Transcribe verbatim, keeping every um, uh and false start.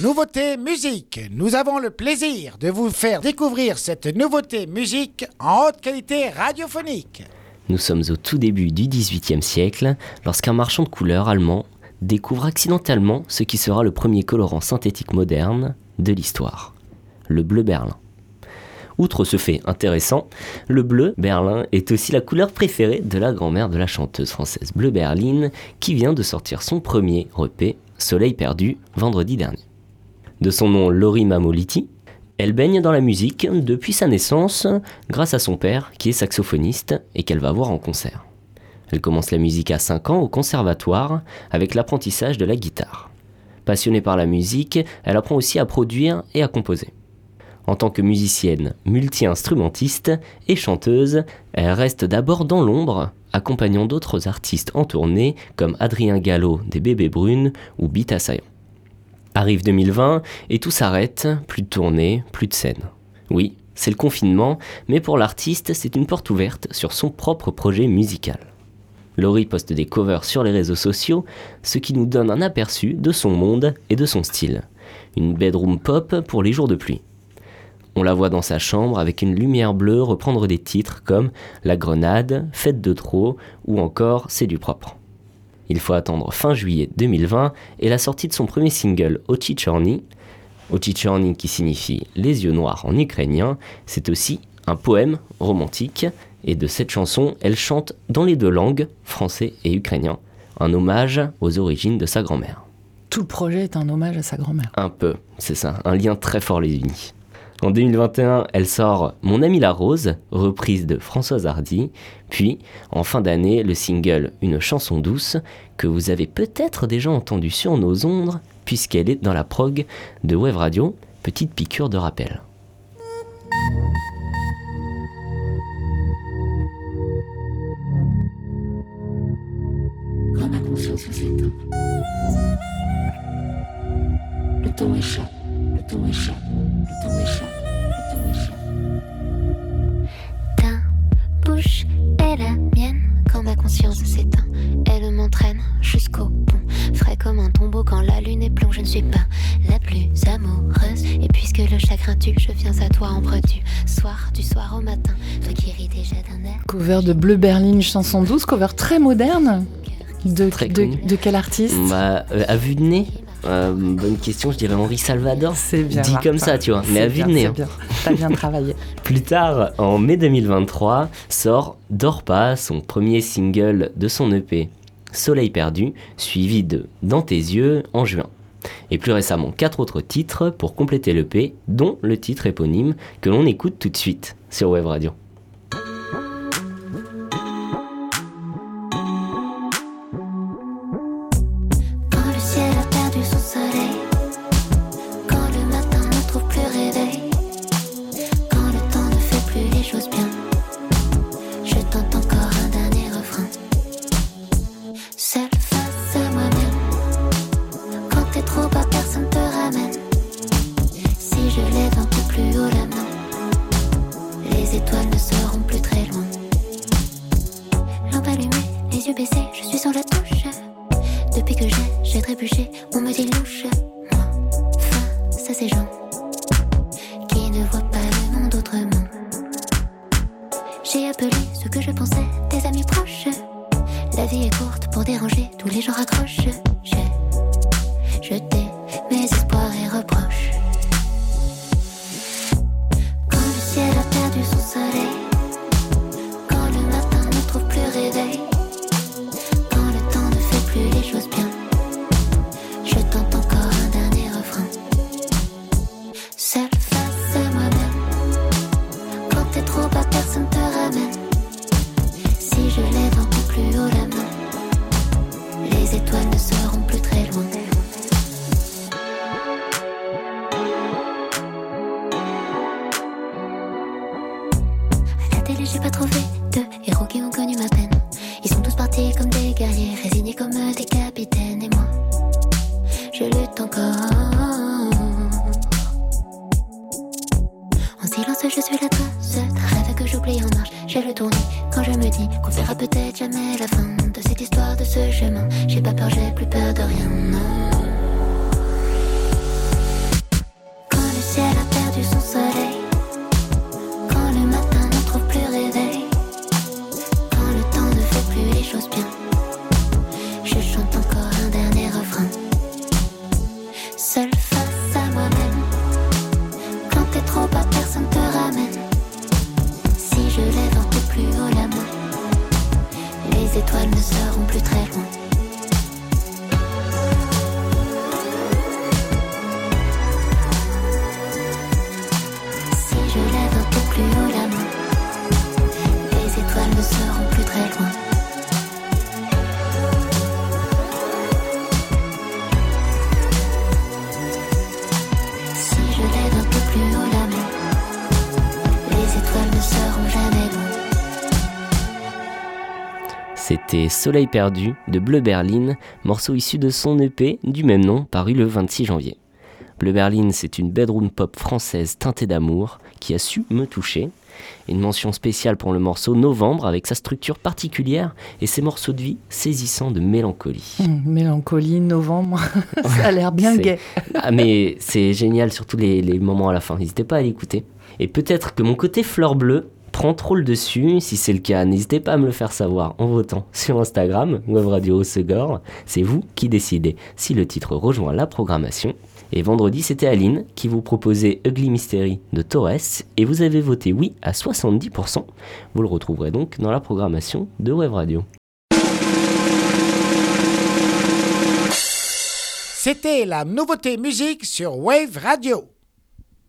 Nouveauté musique. Nous avons le plaisir de vous faire découvrir cette nouveauté musique en haute qualité radiophonique. Nous sommes au tout début du dix-huitième siècle, lorsqu'un marchand de couleurs allemand découvre accidentellement ce qui sera le premier colorant synthétique moderne de l'histoire, le bleu Berlin. Outre ce fait intéressant, le bleu Berlin est aussi la couleur préférée de la grand-mère de la chanteuse française Bleu Berline, qui vient de sortir son premier E P, Soleil perdu, vendredi dernier. De son nom Lauri Mamoliti, elle baigne dans la musique depuis sa naissance grâce à son père qui est saxophoniste et qu'elle va voir en concert. Elle commence la musique à cinq ans au conservatoire avec l'apprentissage de la guitare. Passionnée par la musique, elle apprend aussi à produire et à composer. En tant que musicienne, multi-instrumentiste et chanteuse, elle reste d'abord dans l'ombre, accompagnant d'autres artistes en tournée comme Adrien Gallo des Bébés Brunes ou Beat Assaillant. Arrive deux mille vingt et tout s'arrête, plus de tournée, plus de scène. Oui, c'est le confinement, mais pour l'artiste, c'est une porte ouverte sur son propre projet musical. Lauri poste des covers sur les réseaux sociaux, ce qui nous donne un aperçu de son monde et de son style. Une bedroom pop pour les jours de pluie. On la voit dans sa chambre avec une lumière bleue reprendre des titres comme La Grenade, Fête de trop ou encore C'est du propre. Il faut attendre fin juillet deux mille vingt et la sortie de son premier single Ochi Chorny. Ochi Chorny qui signifie les yeux noirs en ukrainien, c'est aussi un poème romantique et de cette chanson, elle chante dans les deux langues, français et ukrainien, un hommage aux origines de sa grand-mère. Tout le projet est un hommage à sa grand-mère. Un peu, c'est ça, un lien très fort les unit. En deux mille vingt et un, elle sort Mon Ami la Rose, reprise de Françoise Hardy. Puis, en fin d'année, le single Une chanson douce, que vous avez peut-être déjà entendu sur nos ondes, puisqu'elle est dans la prog de Wave Radio. Petite piqûre de rappel. Quand ma conscience s'éteint, le temps est chaud, le temps est chaud, le temps est chaud. Bouche est la mienne quand ma conscience s'éteint. Elle m'entraîne jusqu'au pont, frais comme un tombeau quand la lune est plomb. Je ne suis pas la plus amoureuse, et puisque le chagrin tue, je viens à toi en du soir, du soir au matin. Toi qui ris déjà d'un air. Cover de Bleu Berline, chanson douce, cover très moderne. De, Très de, connu. de quel artiste? Bah, euh, à vue de nez, euh, bonne question, je dirais Henri Salvador. C'est bien. Dit Martin. comme ça, tu vois, mais C'est à vue bien, de nez. c'est hein. bien. T'as bien travaillé. Plus tard, en mai deux mille vingt-trois, sort Dors pas, son premier single de son E P, Soleil perdu, suivi de Dans tes yeux en juin. Et plus récemment, quatre autres titres pour compléter l'E P, dont le titre éponyme que l'on écoute tout de suite sur Wave Radio. Quand le ciel a perdu son soleil, quand le matin ne trouve plus réveil, quand le temps ne fait plus les choses bien, je tente encore un dernier refrain. Seul face à moi-même, quand t'es trop bas, personne te ramène. Si je lève un peu plus haut la main, les étoiles ne seront plus très loin. Lampe allumée, les yeux baissés, je suis sur la touche. Depuis que j'ai, j'ai trébuché, on me dit louche. Moi, face à ces gens qui ne voient pas le monde autrement. J'ai appelé ceux que je pensais des amis proches. La vie est courte pour déranger, tous les gens raccrochent. J'ai jeté mes espoirs et reproches. Quand le ciel a perdu son soleil, quand le matin ne trouve plus réveil, quand le temps ne fait plus les choses bien, je tente encore un dernier refrain. Seul face à moi-même, quand t'es trop bas, personne te ramène. Si je lève un peu plus haut la main, les étoiles ne seront plus très loin. À la télé, j'ai pas trouvé de héros qui ont connu ma peine. Ils sont tous partis comme des guerriers, résignés comme des capitaines. Et moi, je lutte encore. En silence, je suis la trace d'un rêve que j'oublie en marche. J'ai le tournis quand je me dis qu'on verra peut-être jamais la fin de cette histoire, de ce chemin. J'ai pas peur, j'ai plus peur de rien, non. Je chante encore un dernier refrain. Seul face à moi-même. Quand t'es trop bas, personne te ramène. Si je lève un peu plus haut la main, les étoiles ne seront plus très loin. Si je lève un peu plus haut la main, les étoiles ne seront plus très loin. Si je lève un peu plus haut la main, les étoiles ne seront jamais loin. C'était Soleil perdu de Bleu Berlin, morceau issu de son E P du même nom paru le vingt-six janvier. Bleu Berlin, c'est une bedroom pop française teintée d'amour qui a su me toucher. Une mention spéciale pour le morceau Novembre avec sa structure particulière et ses morceaux de vie saisissants de mélancolie. Mmh, mélancolie, novembre, ça a l'air bien C'est... gai. Ah mais c'est génial, surtout les, les moments à la fin, n'hésitez pas à l'écouter. Et peut-être que mon côté fleur bleue prend trop le dessus. Si c'est le cas, n'hésitez pas à me le faire savoir en votant sur Instagram, Web Radio Segor. C'est vous qui décidez si le titre rejoint la programmation. Et vendredi, c'était Aline qui vous proposait Ugly Mystery de Torres et vous avez voté oui à soixante-dix pour cent. Vous le retrouverez donc dans la programmation de Web Radio. C'était la nouveauté musique sur Wave Radio.